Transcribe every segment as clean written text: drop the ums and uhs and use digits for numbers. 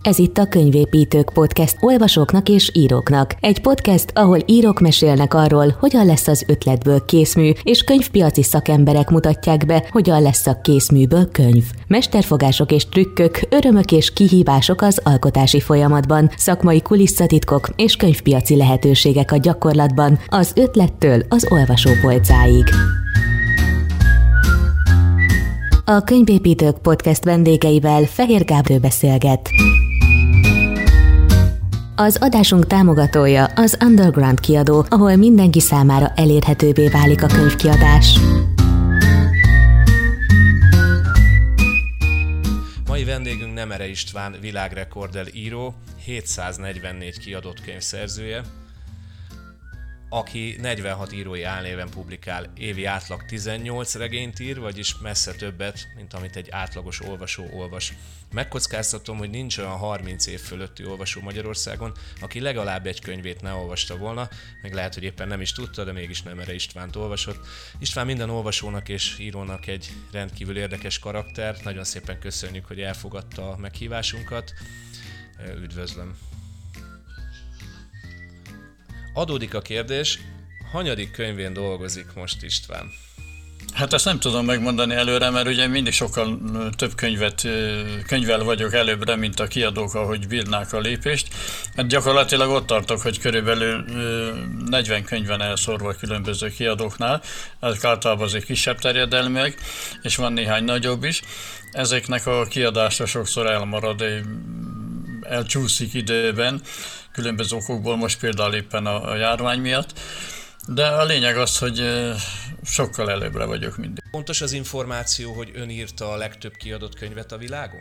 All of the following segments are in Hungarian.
Ez itt a Könyvépítők Podcast olvasóknak és íróknak. Egy podcast, ahol írók mesélnek arról, hogyan lesz az ötletből készmű, és könyvpiaci szakemberek mutatják be, hogyan lesz a készműből könyv. Mesterfogások és trükkök, örömök és kihívások az alkotási folyamatban, szakmai kulisszatitkok és könyvpiaci lehetőségek a gyakorlatban, az ötlettől az olvasópolcáig. A Könyvépítők Podcast vendégeivel Fehér Gábor beszélget. Az adásunk támogatója az Underground kiadó, ahol mindenki számára elérhetőbbé válik a könyvkiadás. Mai vendégünk Nemere István, világrekorder író, 744 kiadott könyv szerzője, aki 46 írói álnéven publikál, évi átlag 18 regényt ír, vagyis messze többet, mint amit egy átlagos olvasó olvas. Megkockáztatom, hogy nincs olyan 30 év fölötti olvasó Magyarországon, aki legalább egy könyvét ne olvasta volna, meg lehet, hogy éppen nem is tudta, de mégis Nemere Istvánt olvasott. István minden olvasónak és írónak egy rendkívül érdekes karakter, nagyon szépen köszönjük, hogy elfogadta a meghívásunkat. Üdvözlöm! Adódik a kérdés, hanyadik könyvén dolgozik most István? Hát ezt nem tudom megmondani előre, mert ugye mindig sokkal több könyvvel vagyok előbbre, mint a kiadók, ahogy bírnák a lépést. Hát gyakorlatilag ott tartok, hogy körülbelül 40 könyven elszórva különböző kiadóknál, ezek általában azért kisebb terjedelmiek, és van néhány nagyobb is. Ezeknek a kiadása sokszor elmarad, elcsúszik időben, különböző okokból, most például éppen a járvány miatt, de a lényeg az, hogy sokkal előbbre vagyok mindig. Pontos az információ, hogy ön írta a legtöbb kiadott könyvet a világon?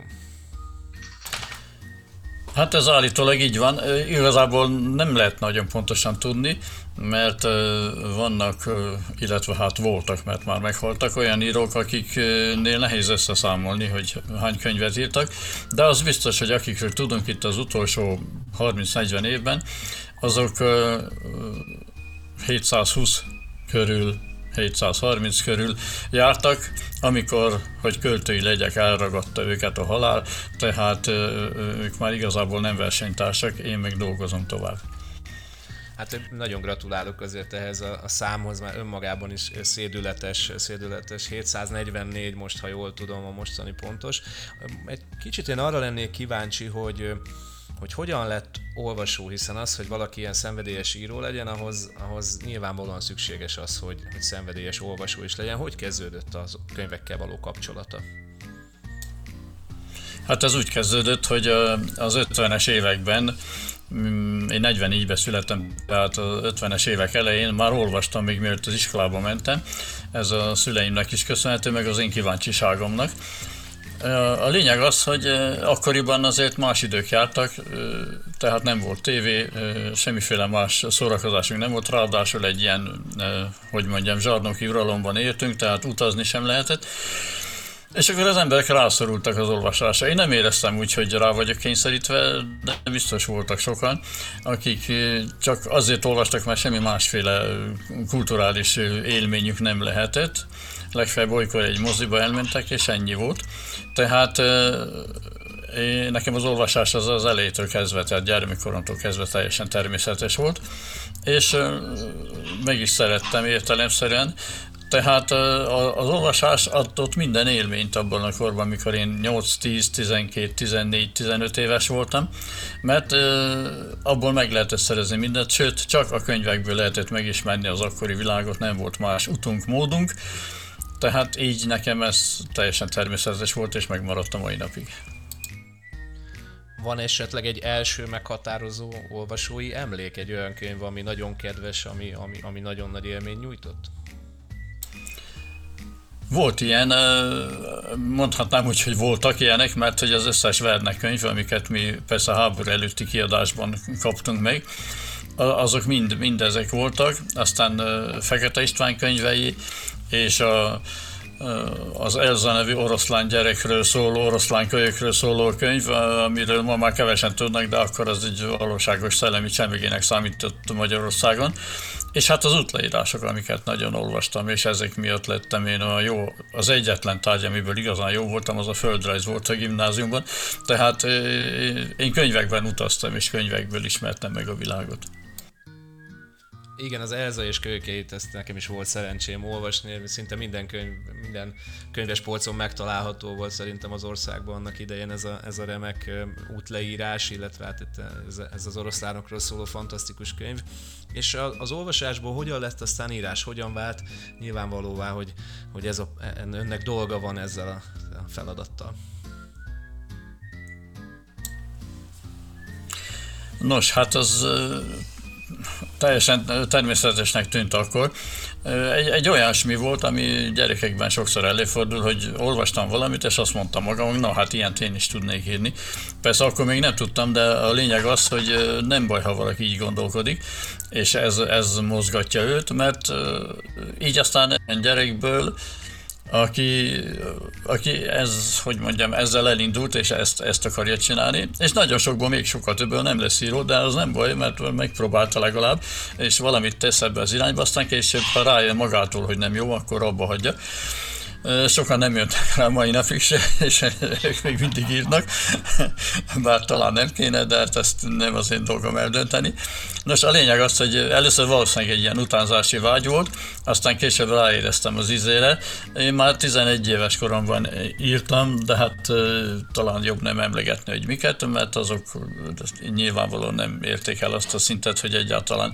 Hát ez állítólag így van. Igazából nem lehet nagyon pontosan tudni, mert vannak, illetve hát voltak, mert már meghaltak olyan írók, akiknél nehéz összeszámolni, hogy hány könyvet írtak, de az biztos, hogy akikről tudunk itt az utolsó 30-40 évben, azok 720 körül, 730 körül jártak, amikor, hogy költői legyek, elragadta őket a halál, tehát ők már igazából nem versenytársak, én meg dolgozom tovább. Hát nagyon gratulálok azért ehhez a számhoz, már önmagában is szédületes 744 most, ha jól tudom, a mostani pontos. Egy kicsit én arra lennék kíváncsi, hogy hogyan lett olvasó, hiszen az, hogy valaki ilyen szenvedélyes író legyen, ahhoz nyilvánvalóan szükséges az, hogy szenvedélyes olvasó is legyen. Hogy kezdődött a könyvekkel való kapcsolata? Hát ez úgy kezdődött, hogy az 50-es években, én 44-ben születtem, tehát az 50-es évek elején már olvastam, még mielőtt az iskolába mentem. Ez a szüleimnek is köszönhető, meg az én kíváncsiságomnak. A lényeg az, hogy akkoriban azért más idők jártak, tehát nem volt tévé, semmiféle más szórakozásunk nem volt, ráadásul egy ilyen, hogy mondjam, zsarnoki uralomban éltünk, tehát utazni sem lehetett. És akkor az emberek rászorultak az olvasásra. Én nem éreztem úgy, hogy rá vagyok kényszerítve, de biztos voltak sokan, akik csak azért olvastak, mert semmi másféle kulturális élményük nem lehetett. Legfeljebb olykor egy moziba elmentek, és ennyi volt. Tehát nekem az olvasás az elejétől kezdve, tehát gyermekkoromtól kezdve teljesen természetes volt, és meg is szerettem értelemszerűen. Tehát az olvasás adott minden élményt abban a korban, amikor én 8, 10, 12, 14, 15 éves voltam, mert abból meg lehetett szerezni mindent, sőt, csak a könyvekből lehetett megismerni az akkori világot, nem volt más utunk, módunk, tehát így nekem ez teljesen természetes volt, és megmaradt a mai napig. Van esetleg egy első meghatározó olvasói emlék, egy olyan könyv, ami nagyon kedves, ami nagyon nagy élmény nyújtott? Volt ilyen, mondhatnám úgy, hogy voltak ilyenek, mert hogy az összes Verne könyv, amiket mi persze a háború előtti kiadásban kaptunk meg, azok mind ezek voltak, aztán Fekete István könyvei, és az Elza nevű oroszlán gyerekről szóló, oroszlán kölyökről szóló könyv, amiről ma már kevesen tudnak, de akkor az egy valóságos szellemi csemegének számított Magyarországon. És hát az útleírások, amiket nagyon olvastam, és ezek miatt lettem én az egyetlen tárgy, amiből igazán jó voltam, az a földrajz volt a gimnáziumban. Tehát én könyvekben utaztam, és könyvekből ismertem meg a világot. Igen, az Elza és kölyökeit, ezt nekem is volt szerencsém olvasni, szinte minden könyves polcon megtalálható volt szerintem az országban annak idején ez a remek útleírás, illetve hát ez az oroszlánokról szóló fantasztikus könyv. És az olvasásból hogyan lett aztán írás, hogyan vált nyilvánvalóvá, hogy önnek dolga van ezzel a feladattal? Nos, hát az teljesen természetesnek tűnt akkor. Egy olyasmi volt, ami gyerekekben sokszor előfordul, hogy olvastam valamit, és azt mondtam magamnak, na hát ilyent én is tudnék írni. Persze akkor még nem tudtam, de a lényeg az, hogy nem baj, ha valaki így gondolkodik, és ez mozgatja őt, mert így aztán egy gyerekből, aki ezzel elindult, és ezt akarja csinálni, és nagyon sokból még sokkal többől nem lesz író, de az nem baj, mert megpróbálta legalább, és valamit tesz ebbe az irányba, aztán később, ha rájön magától, hogy nem jó, akkor abba hagyja. Sokan nem jöttek rá mai napig se, és ők még mindig írnak, bár talán nem kéne, de hát ezt nem az én dolgom eldönteni. Nos, a lényeg az, hogy először valószínűleg egy ilyen utánzási vágy volt, aztán később ráéreztem az ízére. Én már 11 éves koromban írtam, de hát talán jobb nem emlegetni, hogy miket, mert azok nyilvánvalóan nem érték el azt a szintet, hogy egyáltalán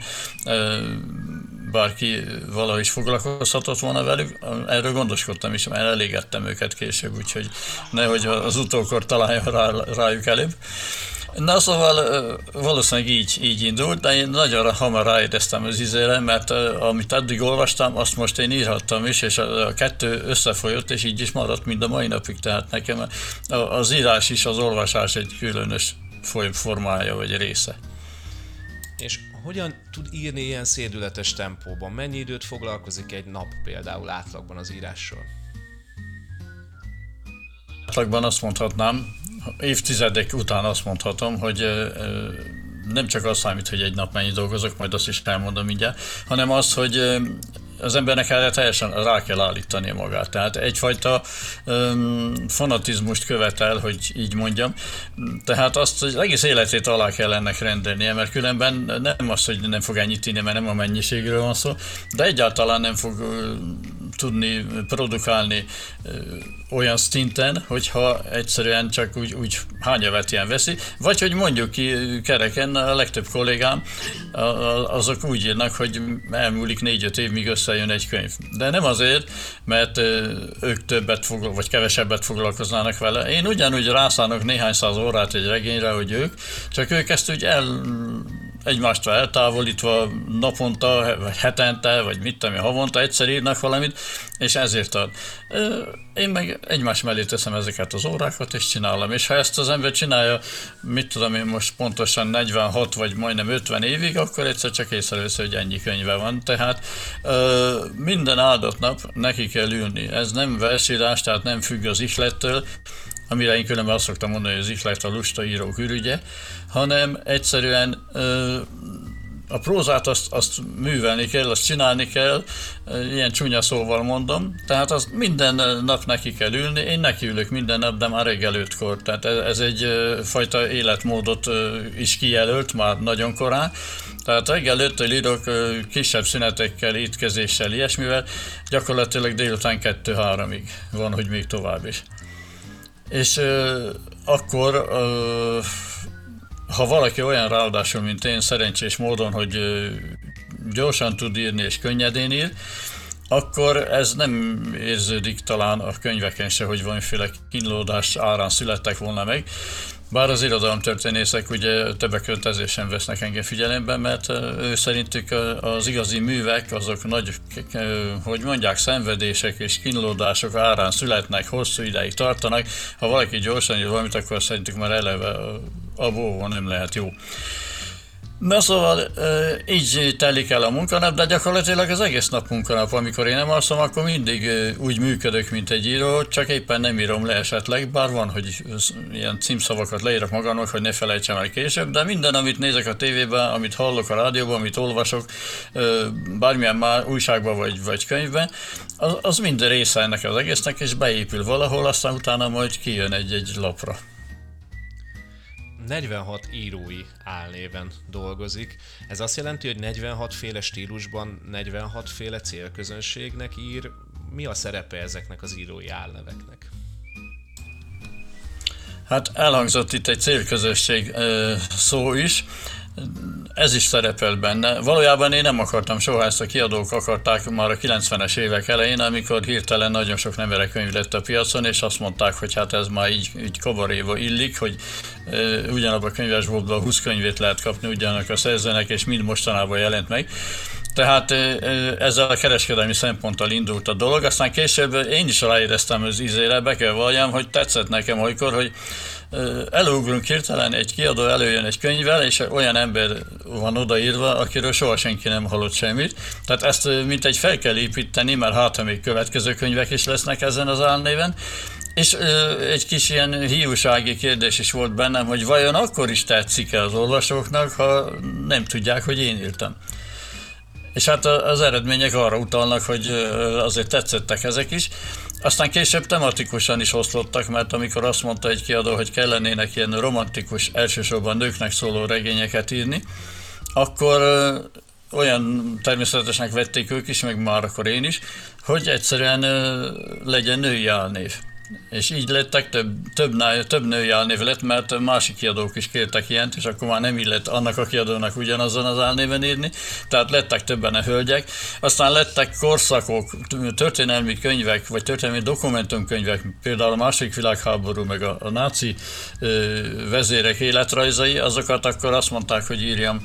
bárki valahogy is foglalkozhatott volna velük. Erről gondoskodtam is, mert elégettem őket később, úgyhogy nehogy az utókor találja rájuk előbb. Na szóval valószínűleg így indult, de én nagyon hamar ráéreztem az ízére, mert amit addig olvastam, azt most én írhattam is, és a kettő összefolyott, és így is maradt mind a mai napig, tehát nekem az írás is az olvasás egy különös formája vagy része. És hogyan tud írni ilyen szédületes tempóban? Mennyi időt foglalkozik egy nap például átlagban az írással? Átlagban azt mondhatnám, évtizedek után azt mondhatom, hogy nem csak az számít, hogy egy nap mennyi dolgozok, majd azt is elmondom mindjárt, hanem az, hogy az embernek erre teljesen rá kell állítani magát. Tehát egyfajta fanatizmust követel, hogy így mondjam. Tehát azt, hogy egész életét alá kell ennek rendelnie, mert különben nem az, hogy nem fog ennyit írni, mert nem a mennyiségről van szó, de egyáltalán nem fog tudni produkálni olyan szinten, hogyha egyszerűen csak úgy hányavetjen veszi, vagy hogy mondjuk ki kereken a legtöbb kollégám, azok úgy írnak, hogy elmúlik 4-5 év, míg összejön egy könyv. De nem azért, mert ők többet vagy kevesebbet foglalkoznának vele. Én ugyanúgy rászánok néhány száz órát egy regényre, hogy ők, csak ők ezt úgy egymástól eltávolítva naponta, vagy hetente, vagy mit tudom, havonta egyszer írnak valamit, és ezért ad. Én meg egymás mellé teszem ezeket az órákat, és csinálom. És ha ezt az ember csinálja, mit tudom én most pontosan 46 vagy majdnem 50 évig, akkor egyszer csak észrevesz, hogy ennyi könyve van. Tehát minden áldott nap neki kell ülni. Ez nem versírás, tehát nem függ az ihlettől, amire én különben azt szoktam mondani, hogy az ihlet a lusta írók ürügye, hanem egyszerűen a prózát azt művelni kell, azt csinálni kell, ilyen csúnya szóval mondom, tehát az minden nap neki kell ülni, én nekiülök minden nap, de már reggel 5-kor, tehát ez egy fajta életmódot is kijelölt már nagyon korán, tehát reggel 5-től írok kisebb szünetekkel, étkezéssel, ilyesmivel, gyakorlatilag délután 2-3-ig van, hogy még tovább is. És akkor, ha valaki olyan ráadásul, mint én, szerencsés módon, hogy gyorsan tud írni és könnyedén ír, akkor ez nem érződik talán a könyveken se, hogy valamiféle kínlódás árán születtek volna meg. Bár az irodalomtörténészek ugye többek között ezért sem vesznek engem figyelembe, mert ő szerintük az igazi művek azok nagy, hogy mondják, szenvedések és kínlódások árán születnek, hosszú ideig tartanak. Ha valaki gyorsan ír valamit, akkor szerintük már eleve abból nem lehet jó. Na szóval így telik el a munkanap, de gyakorlatilag az egész nap munkanap. Amikor én nem alszom, akkor mindig úgy működök, mint egy író, csak éppen nem írom le esetleg, bár van, hogy ilyen címszavakat leírok magamnak, hogy ne felejtsem el később, de minden, amit nézek a tévében, amit hallok a rádióban, amit olvasok, bármilyen már újságban vagy könyvben, az mind része ennek az egésznek, és beépül valahol, aztán utána majd kijön egy lapra. 46 írói álnéven dolgozik. Ez azt jelenti, hogy 46 féle stílusban 46 féle célközönségnek ír. Mi a szerepe ezeknek az írói álneveknek? Hát elhangzott itt egy célközösség szó is, ez is szerepel benne. Valójában én nem akartam soha, ezt a kiadók akarták már a 90-es évek elején, amikor hirtelen nagyon sok könyv lett a piacon, és azt mondták, hogy hát ez már így kabaréba illik, hogy ugyanabban a könyvesboltban 20 könyvét lehet kapni ugyanak a szerzőnek, és mind mostanában jelent meg. Tehát ezzel a kereskedelmi szemponttal indult a dolog, aztán később én is ráéreztem az ízére, be kell valljam, hogy tetszett nekem olykor, hogy előugrunk hirtelen, egy kiadó előjön egy könyvvel, és olyan ember van odaírva, akiről soha senki nem hallott semmit. Tehát ezt mintegy fel kell építeni, mert ha még következő könyvek is lesznek ezen az álnéven. És egy kis ilyen hiúsági kérdés is volt bennem, hogy vajon akkor is tetszik-e az olvasóknak, ha nem tudják, hogy én írtam. És hát az eredmények arra utalnak, hogy azért tetszettek ezek is. Aztán később tematikusan is oszlottak, mert amikor azt mondta egy kiadó, hogy kellenének ilyen romantikus, elsősorban nőknek szóló regényeket írni, akkor olyan természetesnek vették ők is, meg már akkor én is, hogy egyszerűen legyen női álnév. És így lettek, több női álnév lett, mert másik kiadók is kértek ilyent, és akkor már nem illett annak a kiadónak ugyanazon az álnéven írni, tehát lettek többen a hölgyek. Aztán lettek korszakok, történelmi könyvek, vagy történelmi dokumentumkönyvek, például a második világháború, meg a náci vezérek életrajzai, azokat akkor azt mondták, hogy írjam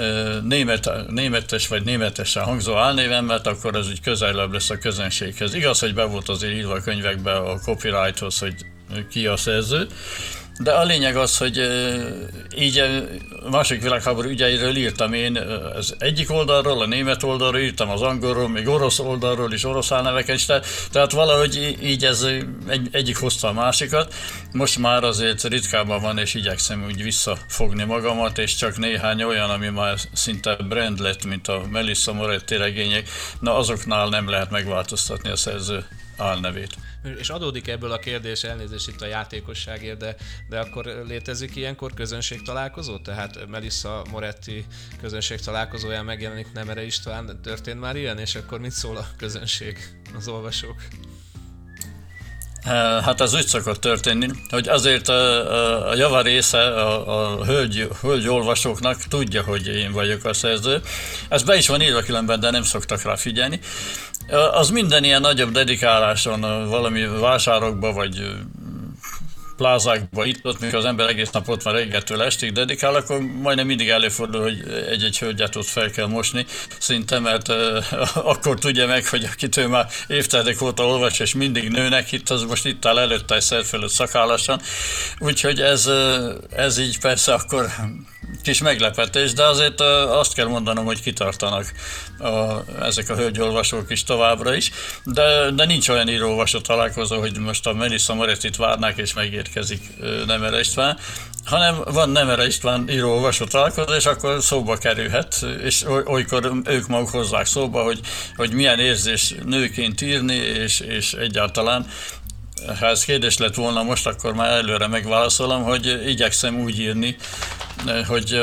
németes vagy németesen hangzó álnéven, mert akkor ez úgy közelebb lesz a közönséghez. Igaz, hogy be volt azért írva a könyvekbe a copyrighthoz, hogy ki a szerző, de a lényeg az, hogy így a második világháború ügyeiről írtam én az egyik oldalról, a német oldalról, írtam az angolról, még orosz oldalról is, orosz álneveken is, tehát valahogy így ez egyik hozta a másikat. Most már azért ritkábban van, és igyekszem úgy visszafogni magamat, és csak néhány olyan, ami már szinte brand lett, mint a Melissa Moretti regények, na azoknál nem lehet megváltoztatni a szerző álnevét. És adódik ebből a kérdés, elnézést itt a játékosságért, de akkor létezik ilyenkor közönségtalálkozó? Tehát Melissa Moretti közönségtalálkozóján megjelenik Nemere István, történt már ilyen? És akkor mit szól a közönség, az olvasók? Hát az úgy szokott történni, hogy azért a java része a hölgy olvasóknak tudja, hogy én vagyok a szerző. Ez be is van írva különben, de nem szoktak rá figyelni. Az minden ilyen nagyobb dedikáláson, valami vásárokba vagy plázákba itt-ott, mikor az ember egész nap ott van reggeltől estig dedikál, akkor majdnem mindig előfordul, hogy egy-egy hölgyet ott fel kell mosni szinte, mert akkor tudja meg, hogy akitől már évtizedek óta olvas, és mindig nőnek itt, az most itt áll előtte egy szer fölött szakállasan. Úgyhogy ez így persze akkor kis meglepetés, de azért azt kell mondanom, hogy kitartanak ezek a hölgyolvasók is továbbra is, de nincs olyan író-olvasó találkozó, hogy most a Melissa Morettit várnák és megérkezik Nemere István, hanem van Nemere István író-olvasó találkozó, és akkor szóba kerülhet, és olykor ők maguk hozzák szóba, hogy milyen érzés nőként írni, és egyáltalán ha ez kérdés lett volna most, akkor már előre megválaszolom, hogy igyekszem úgy írni, hogy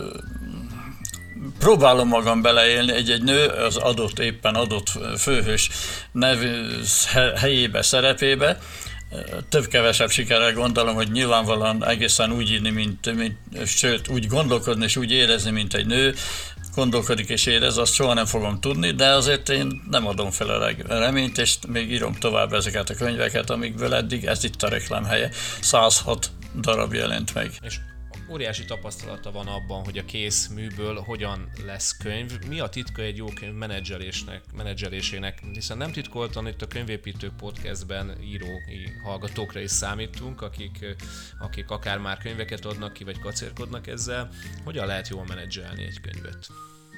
próbálom magam beleélni egy nő az éppen adott főhős helyébe, szerepébe. Több-kevesebb sikerrel gondolom, hogy nyilvánvalóan egészen úgy írni, sőt úgy gondolkodni és úgy érezni, mint egy nő gondolkodik és érez, azt soha nem fogom tudni, de azért én nem adom fel a reményt, és még írom tovább ezeket a könyveket, amikből eddig, ez itt a reklámhelye, 106 darab jelent meg. És óriási tapasztalata van abban, hogy a kész műből hogyan lesz könyv. Mi a titka egy jó könyv menedzselésének? Hiszen nem titkoltan itt a Könyvépítők podcastben írói hallgatókra is számítunk, akik akár már könyveket adnak ki, vagy kacérkodnak ezzel. Hogyan lehet jól menedzselni egy könyvet?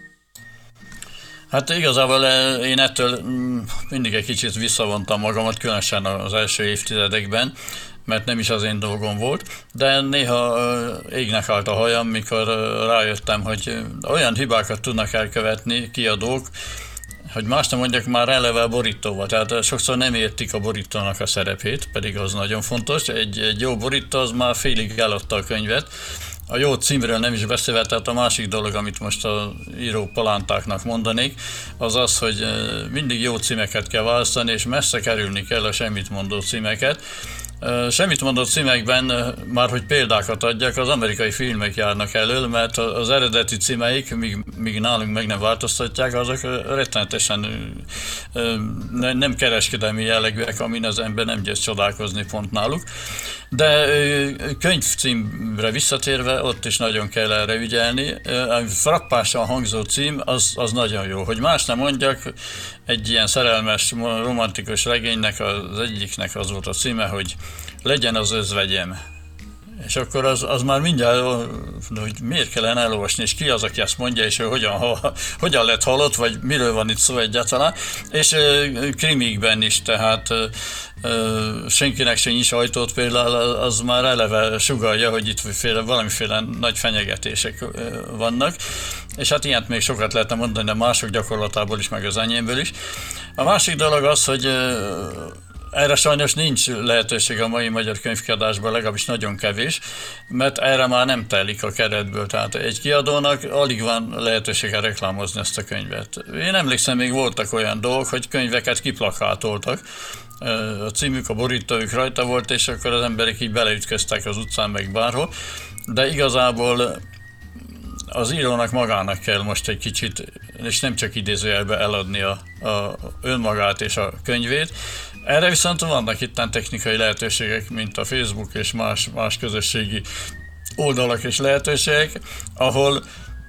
Hát igazából én ettől mindig egy kicsit visszavontam magamat, különösen az első évtizedekben, mert nem is az én dolgom volt, de néha égnek állt a hajam, mikor rájöttem, hogy olyan hibákat tudnak elkövetni kiadók, hogy más nem mondjak, már eleve a borítóval. Tehát sokszor nem értik a borítónak a szerepét, pedig az nagyon fontos. Egy jó borító az már félig eladta a könyvet. A jó címről nem is beszélve, tehát a másik dolog, amit most a író palántáknak mondanék, az az, hogy mindig jó címeket kell választani, és messze kerülni kell a semmit mondó címeket. Semmit mondó címekben, már hogy példákat adjak, az amerikai filmek járnak elől, mert az eredeti címeik, míg nálunk meg nem változtatják, azok rettenetesen nem kereskedelmi jellegűek, amin az ember nem győz csodálkozni pont náluk. De könyvcímre visszatérve, ott is nagyon kell erre ügyelni. A frappásan hangzó cím, az nagyon jó. Hogy más nem mondjak, egy ilyen szerelmes, romantikus regénynek az egyiknek az volt a címe, hogy Legyen az özvegyem. És akkor az már mindjárt, hogy miért kellene elolvasni, és ki az, aki ezt mondja, és hogyan lett halott, vagy miről van itt szó egyáltalán. És krimikben is, tehát senkinek se nyis ajtót például, az már eleve sugallja, hogy itt valamiféle nagy fenyegetések vannak. És hát ilyet még sokat lehetne mondani, de mások gyakorlatából is, meg az enyémből is. A másik dolog az, hogy erre sajnos nincs lehetőség a mai magyar könyvkiadásban, legalábbis nagyon kevés, mert erre már nem telik a keretből. Tehát egy kiadónak alig van lehetősége reklámozni ezt a könyvet. Én emlékszem, még voltak olyan dolgok, hogy könyveket kiplakátoltak, a címük, a borítójuk rajta volt, és akkor az emberek így beleütköztek az utcán, meg bárhol, de igazából az írónak magának kell most egy kicsit, és nem csak idézőjelbe eladni a önmagát és a könyvét. Erre viszont vannak ittán technikai lehetőségek, mint a Facebook és más közösségi oldalak és lehetőségek, ahol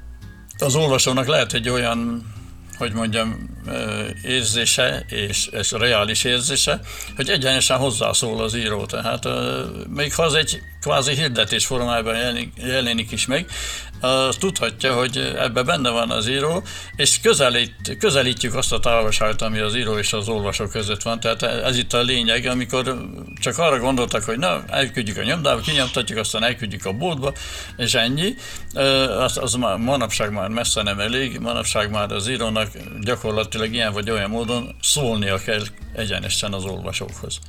az olvasónak lehet egy olyan, hogy mondjam, érzése és reális érzése, hogy egyenesen hozzászól az író. Tehát még ha az egy kvázi hirdetés formájában jelenik is meg, tudhatja, hogy ebben benne van az író, és közelítjük azt a távolságot, ami az író és az olvasó között van. Tehát ez itt a lényeg, amikor csak arra gondoltak, hogy na, elküldjük a nyomdába, kinyomtatjuk, aztán elküldjük a boltba, és ennyi. Az manapság már messze nem elég, manapság már az írónak gyakorlatilag ilyen vagy olyan módon szólnia kell egyenesen az olvasókhoz.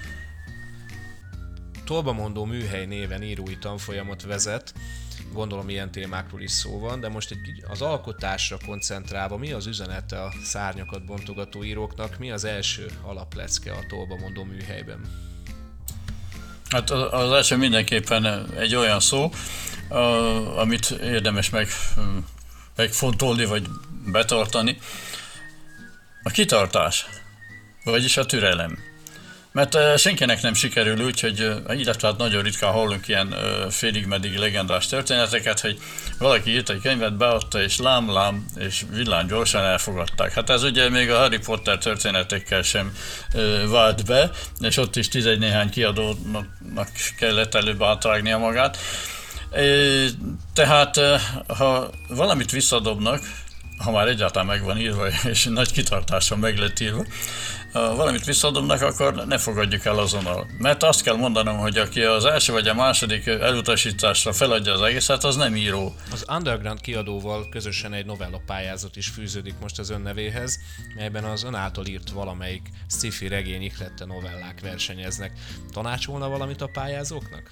Tolbamondó műhely néven írói tanfolyamot vezet, gondolom ilyen témákról is szó van, de most az alkotásra koncentrálva mi az üzenete a szárnyakat bontogató íróknak, mi az első alaplecke a Tolbamondó műhelyben? Hát az első mindenképpen egy olyan szó, amit érdemes megfontolni vagy betartani. A kitartás, vagyis a türelem. Mert senkinek nem sikerül úgy, illetve hát nagyon ritkán hallunk ilyen félig-meddig legendás történeteket, hogy valaki írt egy könyvet, beadta, és lám, és villám gyorsan elfogadták. Hát ez ugye még a Harry Potter történetekkel sem vált be, és ott is 11 néhány kiadónak kellett előbb átrágnia magát. Tehát ha valamit visszadobnak, ha már egyáltalán meg van írva, és nagy kitartással meg lett írva, ha valamit visszadobnak, akkor ne fogadjuk el azonnal. Mert azt kell mondanom, hogy aki az első vagy a második elutasításra feladja az egészet, az nem író. Az Underground kiadóval közösen egy novella pályázat is fűződik most az ön nevéhez, melyben az ön által írt valamelyik sci-fi regény ihlette novellák versenyeznek. Tanácsolna valamit a pályázóknak?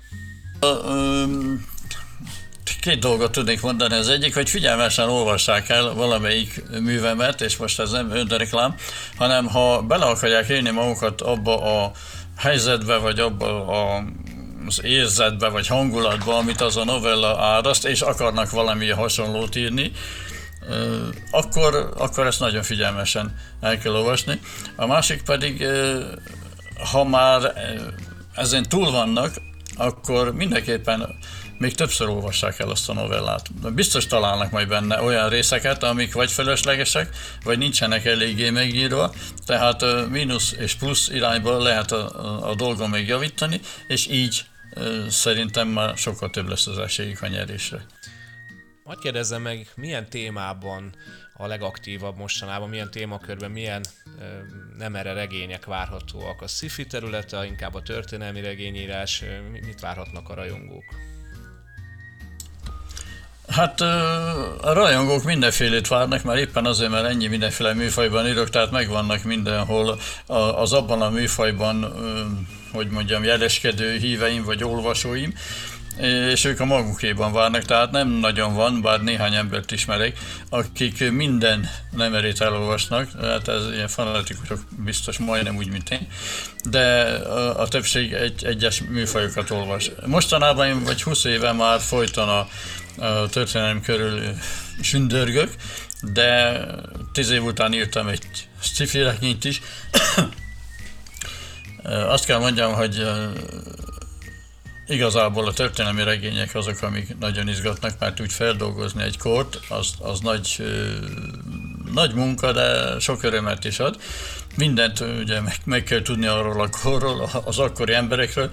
Két dolgot tudnék mondani. Az egyik, hogy figyelmesen olvassák el valamelyik művemet, és most ez nem önreklám, hanem ha bele akarják élni magukat abba a helyzetbe, vagy abba az érzetbe, vagy hangulatba, amit az a novella áraszt, és akarnak valami hasonlót írni, akkor ezt nagyon figyelmesen el kell olvasni. A másik pedig, ha már ezen túl vannak, akkor mindenképpen még többször olvassák el azt a novellát. Biztos találnak majd benne olyan részeket, amik vagy feleslegesek, vagy nincsenek eléggé megírva, tehát mínusz és plusz irányból lehet a dolgon még javítani, és így szerintem már sokkal több lesz az esélyük a nyerésre. Hadd kérdezzem meg, milyen témában a legaktívabb mostanában, milyen témakörben, milyen nem erre regények várhatóak? A sci-fi területe, inkább a történelmi regényírás, mit várhatnak a rajongók? Hát a rajongók mindenfélét várnak, már éppen azért, mert ennyi mindenféle műfajban írok, tehát megvannak mindenhol az abban a műfajban, hogy mondjam, jeleskedő híveim vagy olvasóim, és ők a magukéban várnak, tehát nem nagyon van, bár néhány embert ismerek, akik minden nemerét elolvasnak, hát ez ilyen fanatikusok biztos majdnem úgy, mint én, de a többség egyes műfajokat olvas. Mostanában én vagy 20 éve már folyton a történelem körül sündörgök, de 10 év után írtam egy sci-fi regényt is. Azt kell mondjam, hogy igazából a történelmi regények azok, amik nagyon izgatnak, mert úgy feldolgozni egy kort, az nagy munka, de sok örömet is ad. Mindent ugye meg kell tudni arról a korról, az akkori emberekről,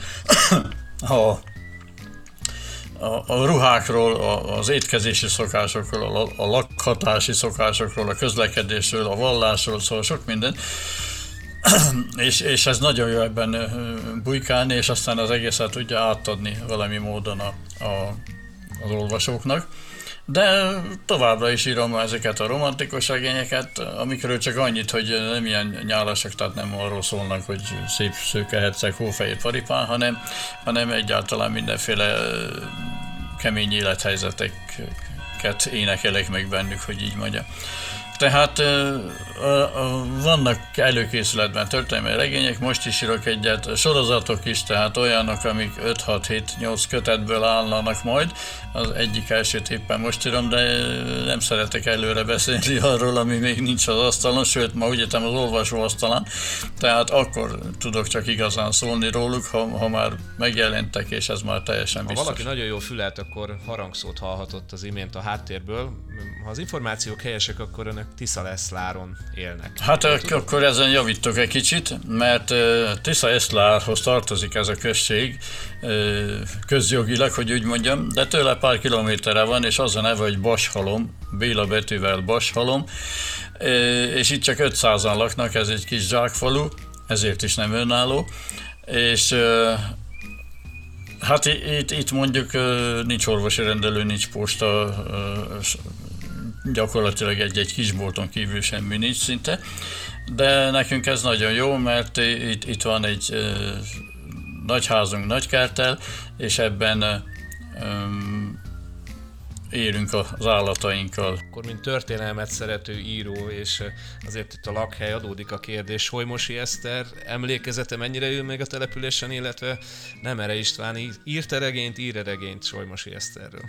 a ruhákról, az étkezési szokásokról, a lakhatási szokásokról, a közlekedésről, a vallásról, szóval sok minden. És ez nagyon jó ebben bujkálni, és aztán az egészet tudja átadni valami módon az olvasóknak. De továbbra is írom ezeket a romantikus regényeket, amikről csak annyit, hogy nem ilyen nyálasak, tehát nem arról szólnak, hogy szép szőke herceg, hófehér paripán, hanem egyáltalán mindenféle kemény élethelyzeteket énekelek meg bennük, hogy így mondjam. Tehát vannak előkészületben történelmi regények, most is írok egyet, sorozatok is, tehát olyanok, amik 5-6-7-8 kötetből állnak majd, az egyik elsőt éppen most írom, de nem szeretek előre beszélni arról, ami még nincs az asztalon, sőt, ma úgy értem az olvasóasztalán, tehát akkor tudok csak igazán szólni róluk, ha már megjelentek, és ez már teljesen biztos. Ha valaki nagyon jól fülelt, akkor harangszót hallhatott az imént a háttérből. Ha az információk helyesek, akkor önök Tisza-Eszláron élnek. Hát akkor ezen javítok egy kicsit, mert Tisza-Eszlárhoz tartozik ez a község közjogilag, hogy úgy mondjam, de tőle pár kilométerre van, és az a neve, hogy Bashalom, Béla betűvel Bashalom, és itt csak 500-an laknak, ez egy kis zsákfalu, ezért is nem önálló, és hát itt mondjuk nincs orvosi rendelő, nincs posta, gyakorlatilag egy kisbolton kívül semmi nincs szinte, de nekünk ez nagyon jó, mert itt van egy nagy házunk nagy kerttel, és ebben élünk az állatainkkal. Akkor, mint történelmet szerető író, és azért itt a lakhely, adódik a kérdés, Solymosi Eszter emlékezete mennyire ül még a településen, illetve Nemere István ír-e regényt Solymosi Eszterről?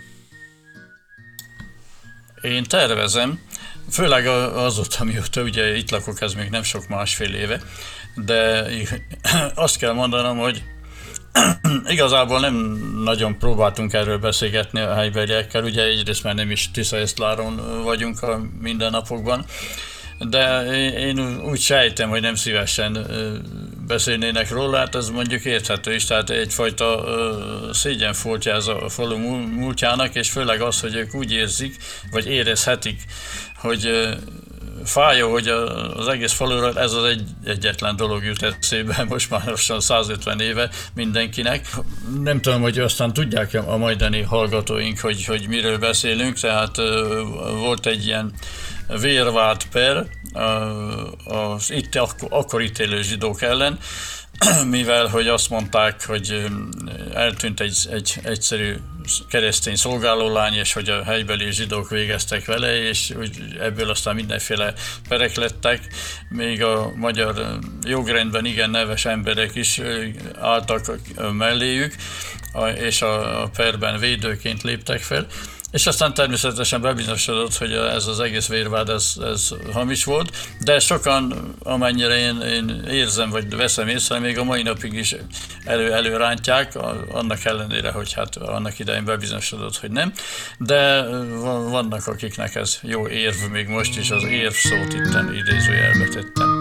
Én tervezem, főleg azóta, mióta ugye itt lakok, ez még nem sok, másfél éve, de azt kell mondanom, hogy igazából nem nagyon próbáltunk erről beszélgetni a helybeliekkel, ugye egyrészt már nem is Tisza-Eszláron vagyunk a mindennapokban, de én úgy sejtem, hogy nem szívesen beszélnének róla, hát ez mondjuk érthető is, tehát egyfajta szégyenfoltja ez a falu múltjának, és főleg az, hogy ők úgy érzik, vagy érezhetik, hogy fájó, hogy az egész faluról ez az egyetlen dolog jut eszébe, most már lassan 150 éve mindenkinek. Nem tudom, hogy aztán tudják a majdani hallgatóink, hogy miről beszélünk, tehát volt egy ilyen vérvált per az itt akkor itt élő zsidók ellen, mivel hogy azt mondták, hogy eltűnt egy egyszerű keresztény szolgálólány, és hogy a helybeli zsidók végeztek vele, és ebből aztán mindenféle perek lettek, még a magyar jogrendben igen neves emberek is álltak melléjük, és a perben védőként léptek fel, És aztán természetesen bebizonyosodott, hogy ez az egész vérvád, ez hamis volt, de sokan, amennyire én érzem, vagy veszem észre, még a mai napig is előrántják, annak ellenére, hogy hát annak idején bebizonyosodott, hogy nem, de vannak, akiknek ez jó érv, még most is az érv szót itten idézőjelbe tettem.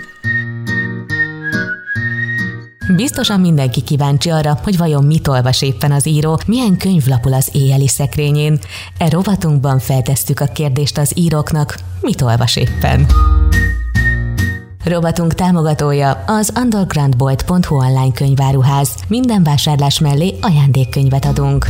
Biztosan mindenki kíváncsi arra, hogy vajon mit olvas éppen az író, milyen könyv lapul az éjjeli szekrényén. E rovatunkban feltesszük a kérdést az íróknak, mit olvas éppen. Rovatunk támogatója az undergroundbolt.hu online könyváruház. Minden vásárlás mellé ajándékkönyvet adunk.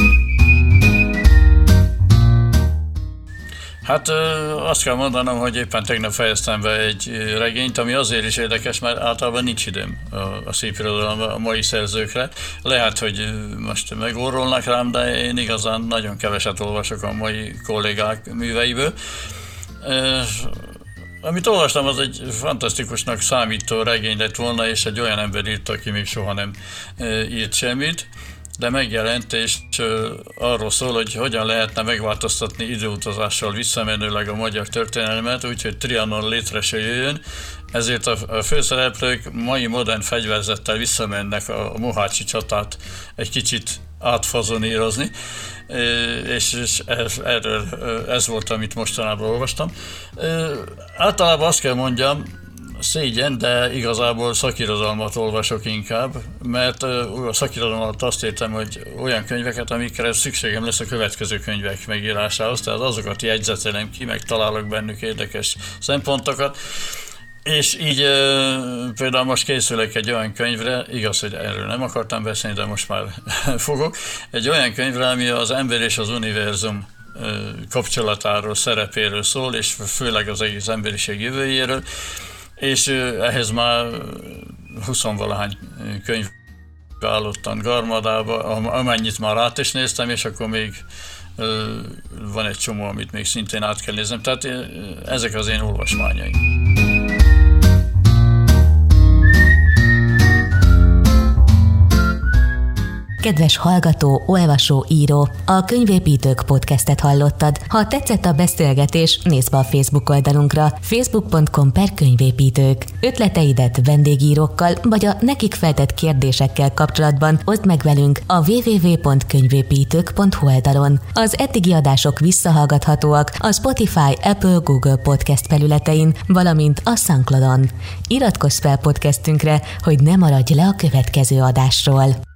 Hát azt kell mondanom, hogy éppen tegnap fejeztem be egy regényt, ami azért is érdekes, mert általában nincs időm a szépirodalomban a mai szerzőkre. Lehet, hogy most megorrolnak rám, de én igazán nagyon keveset olvasok a mai kollégák műveiből. Amit olvastam, az egy fantasztikusnak számító regény lett volna, és egy olyan ember írta, aki még soha nem írt semmit, de megjelent, és arról szól, hogy hogyan lehetne megváltoztatni időutazással visszamenőleg a magyar történelmet, úgyhogy Trianon létre se jöjjön. Ezért a főszereplők mai modern fegyverzettel visszamennek a mohácsi csatát egy kicsit átfazonírozni, és ez volt, amit mostanában olvastam. Általában azt kell mondjam, szégyen, de igazából szakirodalmat olvasok inkább, mert a szakirodalmat azt értem, hogy olyan könyveket, amikre szükségem lesz a következő könyvek megírásához, tehát azokat jegyzetelem ki, meg találok bennük érdekes szempontokat, és így például most készülök egy olyan könyvre, igaz, hogy erről nem akartam beszélni, de most már fogok, egy olyan könyvre, ami az ember és az univerzum kapcsolatáról, szerepéről szól, és főleg az egész emberiség jövőjéről, és ehhez már 20-valahány könyv állottan garmadába, amennyit már át is néztem, és akkor még van egy csomó, amit még szintén át kell néznem. Tehát ezek az én olvasmányaim. Kedves hallgató, olvasó, író, a Könyvépítők podcastet hallottad. Ha tetszett a beszélgetés, nézz be a Facebook oldalunkra, facebook.com/könyvépítők. Ötleteidet vendégírókkal vagy a nekik feltett kérdésekkel kapcsolatban oszd meg velünk a www.könyvépítők.hu oldalon. Az eddigi adások visszahallgathatóak a Spotify, Apple, Google Podcast felületein, valamint a SoundCloudon. Iratkozz fel podcastünkre, hogy ne maradj le a következő adásról.